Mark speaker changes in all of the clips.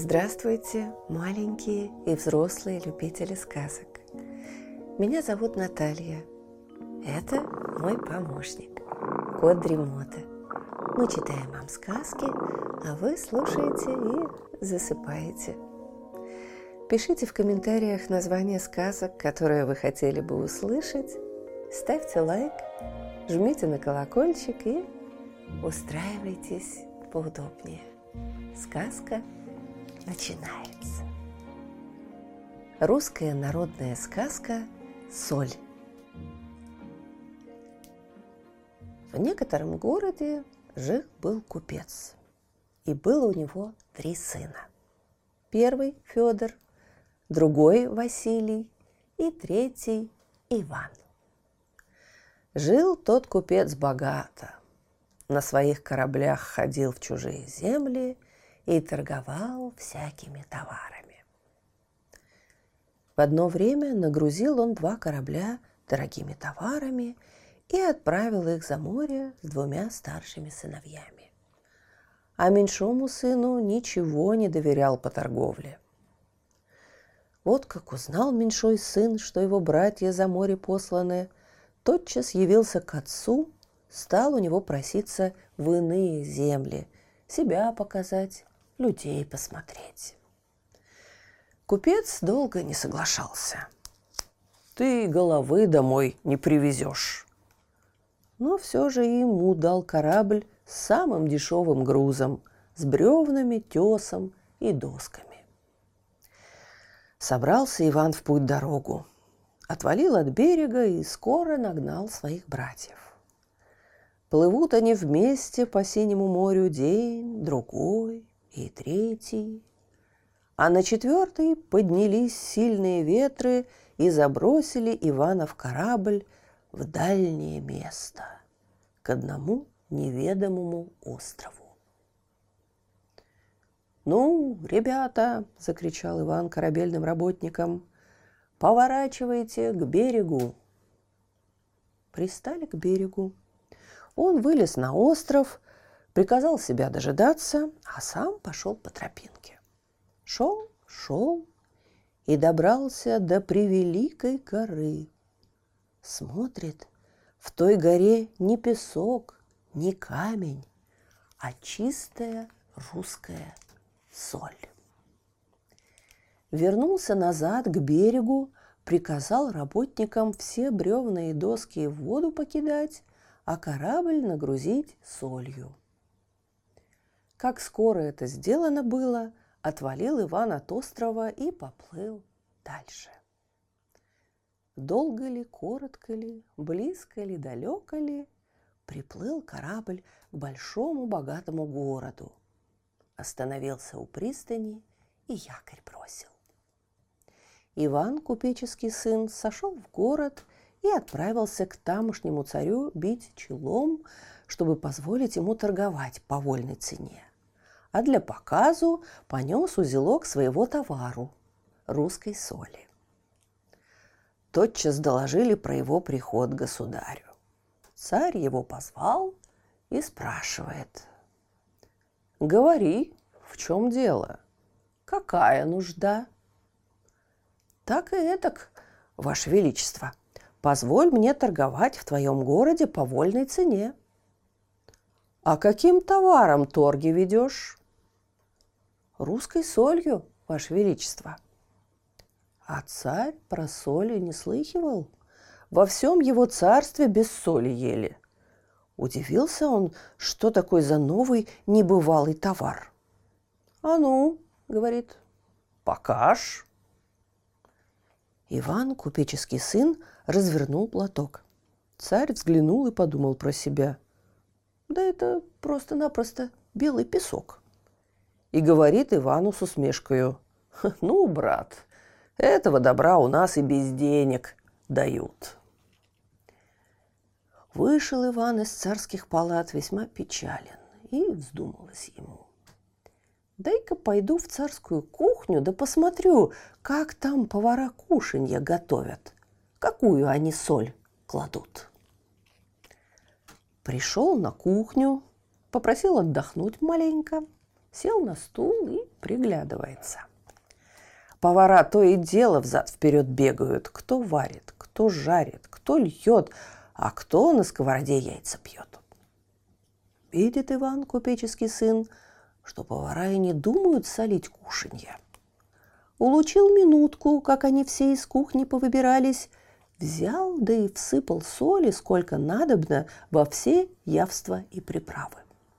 Speaker 1: Здравствуйте, маленькие и взрослые любители сказок. Меня зовут Наталья. Это мой помощник, кот Дремота. Мы читаем вам сказки, а вы слушаете и засыпаете. Пишите в комментариях названия сказок, которые вы хотели бы услышать. Ставьте лайк, жмите на колокольчик и устраивайтесь поудобнее. Сказка начинается. Русская народная сказка «Соль». В некотором городе жил-был купец, и было у него 3 сына. Первый – Федор, другой – Василий и третий – Иван. Жил тот купец богато, на своих кораблях ходил в чужие земли и торговал всякими товарами. В одно время нагрузил он 2 корабля дорогими товарами и отправил их за море с 2 старшими сыновьями. А меньшому сыну ничего не доверял по торговле. Вот как узнал меньшой сын, что его братья за море посланы, тотчас явился к отцу, стал у него проситься в иные земли, себя показать, людей посмотреть. Купец долго не соглашался. «Ты головы домой не привезешь». Но все же ему дал корабль с самым дешевым грузом, с бревнами, тесом и досками. Собрался Иван в путь-дорогу, отвалил от берега и скоро нагнал своих братьев. Плывут они вместе по синему морю день, другой и третий. А на 4-й поднялись сильные ветры и забросили Ивана в корабль в дальнее место, к одному неведомому острову. «Ну, ребята!» – закричал Иван корабельным работникам. «Поворачивайте к берегу!» Пристали к берегу. Он вылез на остров, приказал себя дожидаться, а сам пошел по тропинке. Шел и добрался до превеликой горы. Смотрит, в той горе не песок, не камень, а чистая русская соль. Вернулся назад к берегу, приказал работникам все бревна и доски в воду покидать, а корабль нагрузить солью. Как скоро это сделано было, отвалил Иван от острова и поплыл дальше. Долго ли, коротко ли, близко ли, далеко ли, приплыл корабль к большому богатому городу. Остановился у пристани и якорь бросил. Иван, купеческий сын, сошел в город и отправился к тамошнему царю бить челом, чтобы позволить ему торговать по вольной цене. А для показу понес узелок своего товару – русской соли. Тотчас доложили про его приход государю. Царь его позвал и спрашивает: «Говори, в чем дело? Какая нужда?» «Так и этак, Ваше Величество. Позволь мне торговать в твоем городе по вольной цене». «А каким товаром торги ведешь?» «Русской солью, Ваше Величество». А царь про соль и не слыхивал. Во всем его царстве без соли ели. Удивился он, что такой за новый небывалый товар. «А ну, — говорит, — покаж». Иван, купеческий сын, развернул платок. Царь взглянул и подумал про себя: да это просто-напросто белый песок. И говорит Ивану с усмешкою: «Ну, брат, этого добра у нас и без денег дают». Вышел Иван из царских палат весьма печален, и вздумалось ему: дай-ка пойду в царскую кухню, да посмотрю, как там повара кушанья готовят, какую они соль кладут. Пришел на кухню, попросил отдохнуть маленько, сел на стул и приглядывается. Повара то и дело взад-вперед бегают. Кто варит, кто жарит, кто льет, а кто на сковороде яйца пьет. Видит Иван, купеческий сын, что повара и не думают солить кушанье. Улучил минутку, как они все из кухни повыбирались, взял, да и всыпал соли, сколько надобно, во все явства и приправы.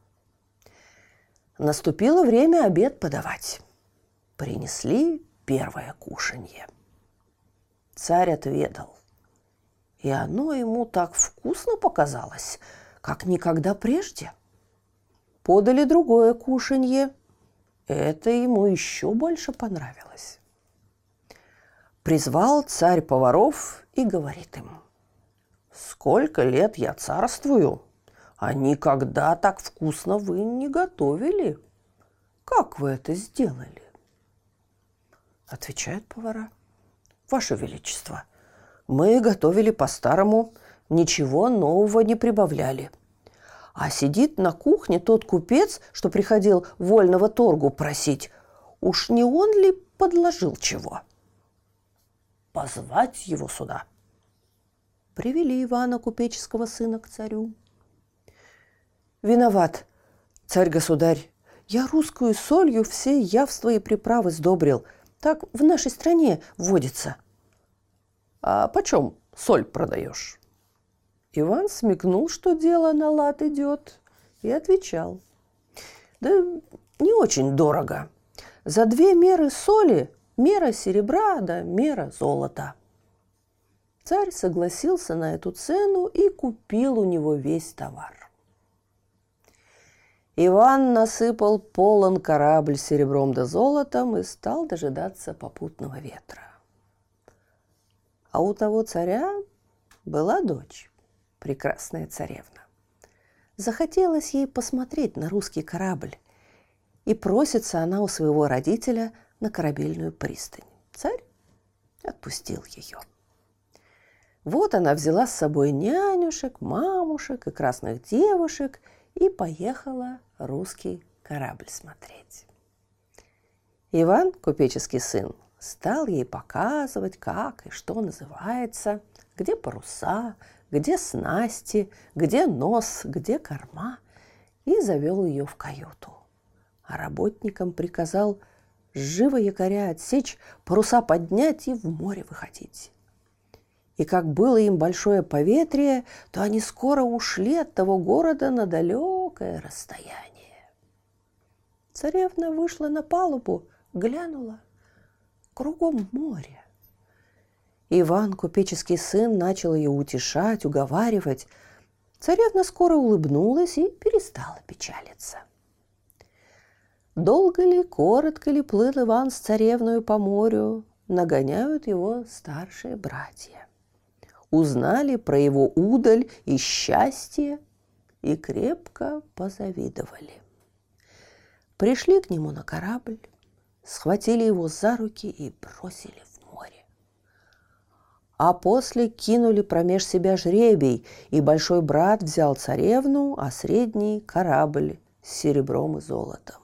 Speaker 1: Наступило время обед подавать. Принесли первое кушанье. Царь отведал, и оно ему так вкусно показалось, как никогда прежде. Подали другое кушанье. Это ему еще больше понравилось. Призвал царь поваров и говорит им: «Сколько лет я царствую, а никогда так вкусно вы не готовили. Как вы это сделали?» Отвечают повара: «Ваше Величество, мы готовили по-старому, ничего нового не прибавляли. А сидит на кухне тот купец, что приходил вольного торгу просить. Уж не он ли подложил чего? Позвать его сюда». Привели Ивана, купеческого сына, к царю. «Виноват, царь-государь, я русскую солью все явства и приправы сдобрил. Так в нашей стране водится». «А почем соль продаешь?» Иван смекнул, что дело на лад идет, и отвечал: «Да не очень дорого. За 2 меры соли мера серебра да мера золота». Царь согласился на эту цену и купил у него весь товар. Иван насыпал полон корабль серебром да золотом и стал дожидаться попутного ветра. А у того царя была дочь, прекрасная царевна. Захотелось ей посмотреть на русский корабль, и просится она у своего родителя на корабельную пристань. Царь отпустил ее. Вот она взяла с собой нянюшек, мамушек и красных девушек и поехала русский корабль смотреть. Иван, купеческий сын, стал ей показывать, как и что называется, где паруса, где снасти, где нос, где корма, и завел ее в каюту. А работникам приказал живо якоря отсечь, паруса поднять и в море выходить. И как было им большое поветрие, то они скоро ушли от того города на далекое расстояние. Царевна вышла на палубу, глянула. Кругом море. Иван, купеческий сын, начал ее утешать, уговаривать. Царевна скоро улыбнулась и перестала печалиться. Долго ли, коротко ли плыл Иван с царевною по морю, нагоняют его старшие братья. Узнали про его удаль и счастье и крепко позавидовали. Пришли к нему на корабль, схватили его за руки и бросили в море. А после кинули промеж себя жребий, и большой брат взял царевну, а средний – корабль с серебром и золотом.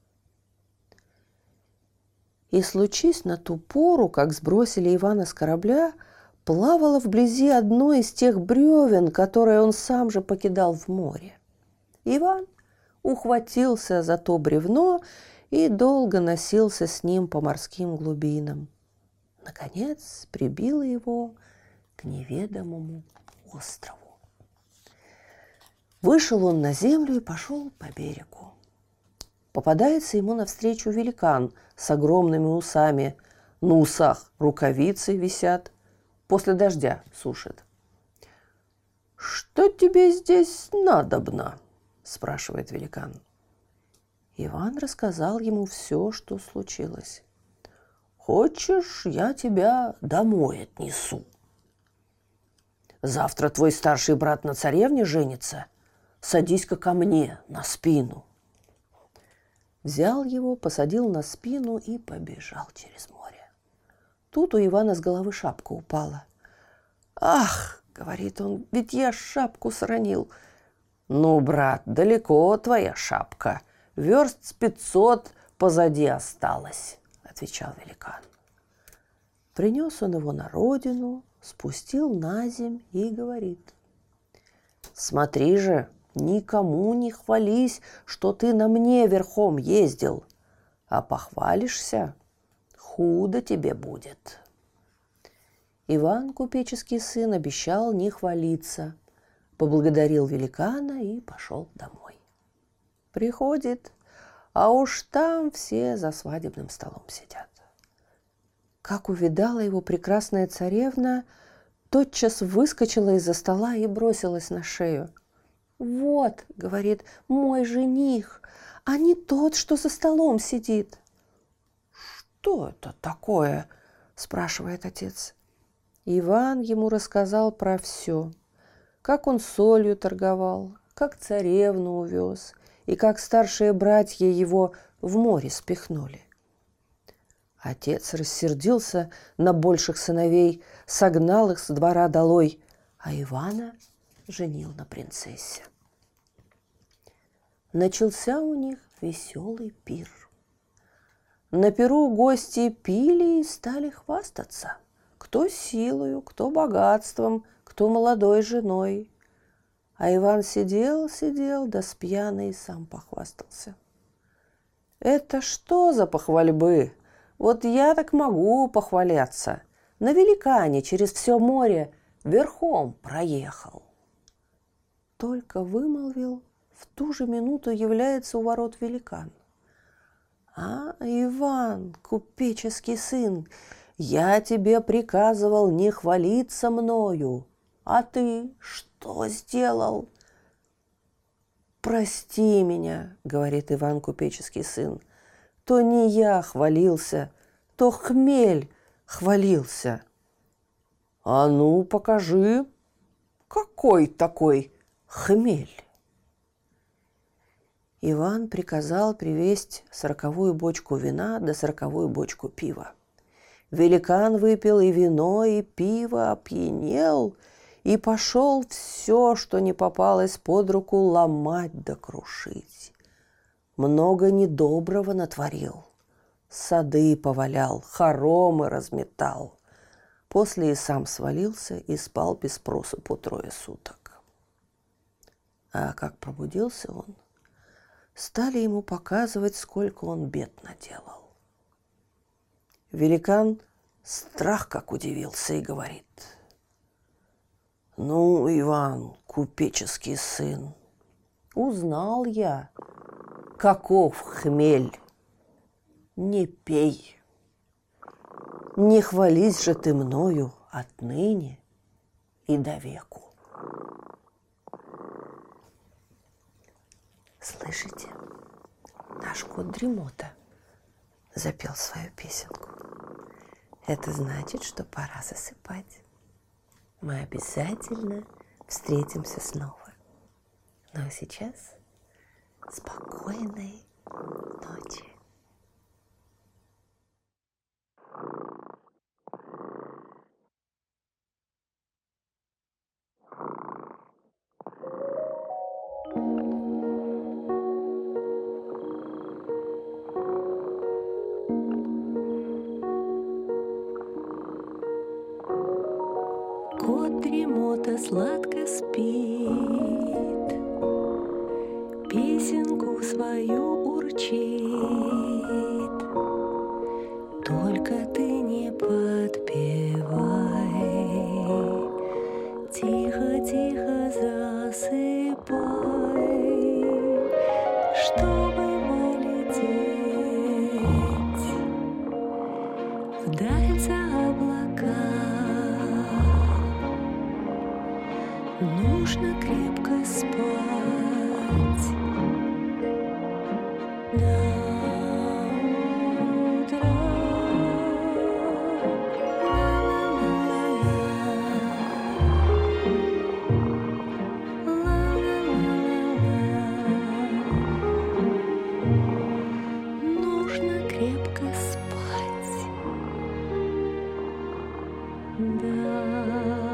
Speaker 1: И случись на ту пору, как сбросили Ивана с корабля, плавало вблизи одно из тех бревен, которые он сам же покидал в море. Иван ухватился за то бревно и долго носился с ним по морским глубинам. Наконец прибило его к неведомому острову. Вышел он на землю и пошел по берегу. Попадается ему навстречу великан с огромными усами. На усах рукавицы висят, после дождя сушит. «Что тебе здесь надобно?» – спрашивает великан. Иван рассказал ему все, что случилось. «Хочешь, я тебя домой отнесу? Завтра твой старший брат на царевне женится. Садись-ка ко мне на спину». Взял его, посадил на спину и побежал через море. Тут у Ивана с головы шапка упала. «Ах, — говорит он, — ведь я шапку сронил». «Ну, брат, далеко твоя шапка. верст с 500 позади осталось, отвечал великан. Принес он его на родину, спустил на земь и говорит: смотри же, никому не хвались, что ты на мне верхом ездил, а похвалишься, худо тебе будет. Иван, купеческий сын, обещал не хвалиться, поблагодарил великана и пошел домой. Приходит, а уж там все за свадебным столом сидят. Как увидала его прекрасная царевна, тотчас выскочила из-за стола и бросилась на шею. «Вот, — говорит, — мой жених, а не тот, что за столом сидит». «Что это такое?» — спрашивает отец. Иван ему рассказал про все. Как он солью торговал, как царевну увез, и как старшие братья его в море спихнули. Отец рассердился на больших сыновей, согнал их с двора долой, а Ивана женил на принцессе. Начался у них веселый пир. На пиру гости пили и стали хвастаться. Кто силою, кто богатством, кто молодой женой. А Иван сидел, да с пьяной сам похвастался. «Это что за похвальбы? Вот я так могу похваляться. На великане через все море верхом проехал». Только вымолвил, в ту же минуту является у ворот великан. «А, Иван, купеческий сын, я тебе приказывал не хвалиться мною, а ты что сделал?» «Прости меня, — говорит Иван, купеческий сын, — то не я хвалился, то хмель хвалился». «А ну, покажи, какой такой хмель?» Иван приказал привезть 40 бочку вина да 40 бочку пива. Великан выпил и вино, и пиво, опьянел, и пошел все, что не попалось под руку, ломать да крушить. Много недоброго натворил. Сады повалял, хоромы разметал. После и сам свалился и спал без спросу по 3 суток. А как пробудился он, стали ему показывать, сколько он бед наделал. Великан страх как удивился и говорит: «Ну, Иван, купеческий сын, узнал я, каков хмель. Не пей, не хвались же ты мною отныне и до веку». Слышите, наш кот Дремота запел свою песенку. Это значит, что пора засыпать. Мы обязательно встретимся снова. Ну а сейчас спокойной ночи. Кот Дремота сладко спит, песенку свою урчит. Только ты не подпевай, тихо-тихо засыпай, чтобы полететь вдаль за облака. Нужно крепко спать до утра. Нужно крепко спать до